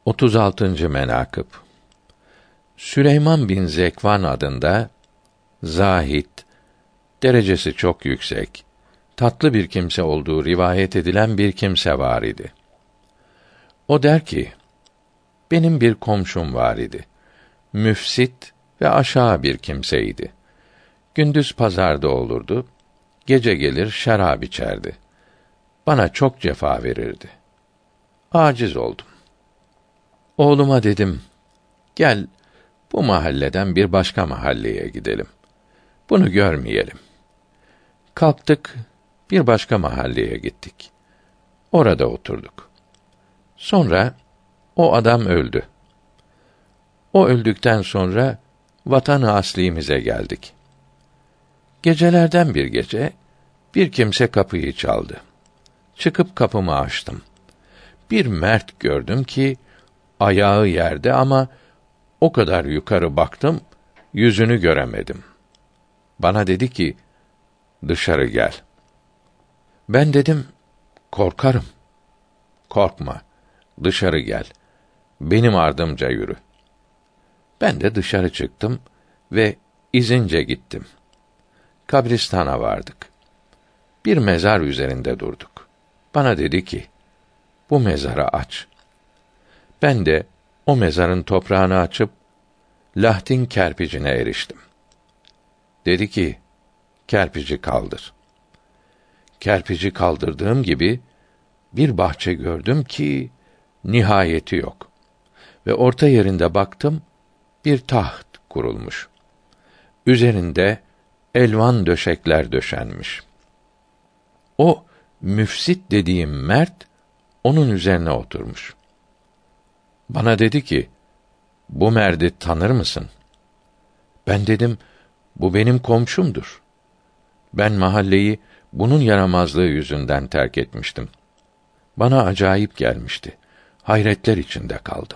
36. menakıb. Süleyman bin Zekvan adında zahid, derecesi çok yüksek, tatlı bir kimse olduğu rivayet edilen bir kimse var idi. O der ki, benim bir komşum var idi. Müfsit ve aşağı bir kimseydi. Gündüz pazarda olurdu, gece gelir şarap içerdi. Bana çok cefa verirdi. Aciz oldum. Oğluma dedim, gel bu mahalleden bir başka mahalleye gidelim. Bunu görmeyelim. Kalktık, bir başka mahalleye gittik. Orada oturduk. Sonra o adam öldü. O öldükten sonra vatan-ı aslimize geldik. Gecelerden bir gece bir kimse kapıyı çaldı. Çıkıp kapımı açtım. Bir mert gördüm ki ayağı yerde ama o kadar yukarı baktım, yüzünü göremedim. Bana dedi ki, dışarı gel. Ben dedim, korkarım. Korkma, dışarı gel. Benim ardımca yürü. Ben de dışarı çıktım ve izince gittim. Kabristana vardık. Bir mezar üzerinde durduk. Bana dedi ki, bu mezarı aç. Ben de o mezarın toprağını açıp lahtin kerpicine eriştim. Dedi ki, kerpici kaldır. Kerpici kaldırdığım gibi bir bahçe gördüm ki nihayeti yok. Ve orta yerinde baktım, bir taht kurulmuş. Üzerinde elvan döşekler döşenmiş. O müfsit dediğim mert onun üzerine oturmuş. Bana dedi ki, bu merdi tanır mısın? Ben dedim, bu benim komşumdur. Ben mahalleyi bunun yaramazlığı yüzünden terk etmiştim. Bana acayip gelmişti. Hayretler içinde kaldım.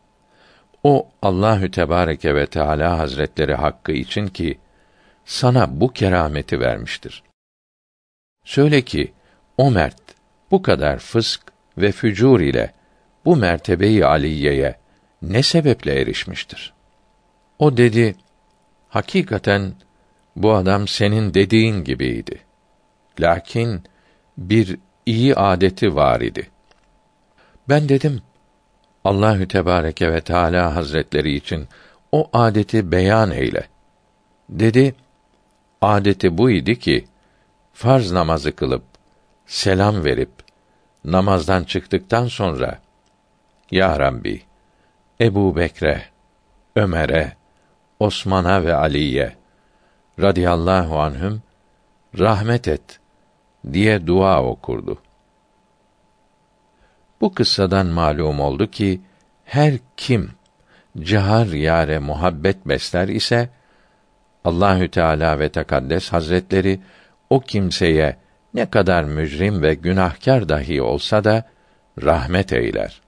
O Allahü Tebareke ve Teala Hazretleri hakkı için ki sana bu kerameti vermiştir. Söyle ki o mert bu kadar fısk ve fücur ile bu mertebe-i aliyeye ne sebeple erişmiştir? O dedi, hakikaten bu adam senin dediğin gibiydi. Lakin bir iyi adeti var idi. Ben dedim, Allahü Tebareke ve Teala Hazretleri için o adeti beyan eyle. Dedi, adeti bu idi ki, farz namazı kılıp, selam verip, namazdan çıktıktan sonra, Ya Rabbi, Ebu Bekre, Ömer'e, Osman'a ve Ali'ye, radıyallahu anhüm, rahmet et, diye dua okurdu. Bu kıssadan malum oldu ki, her kim, cihar yâre muhabbet besler ise, Allahü Teala ve Tekaddes Hazretleri, o kimseye ne kadar mücrim ve günahkar dahi olsa da, rahmet eyler.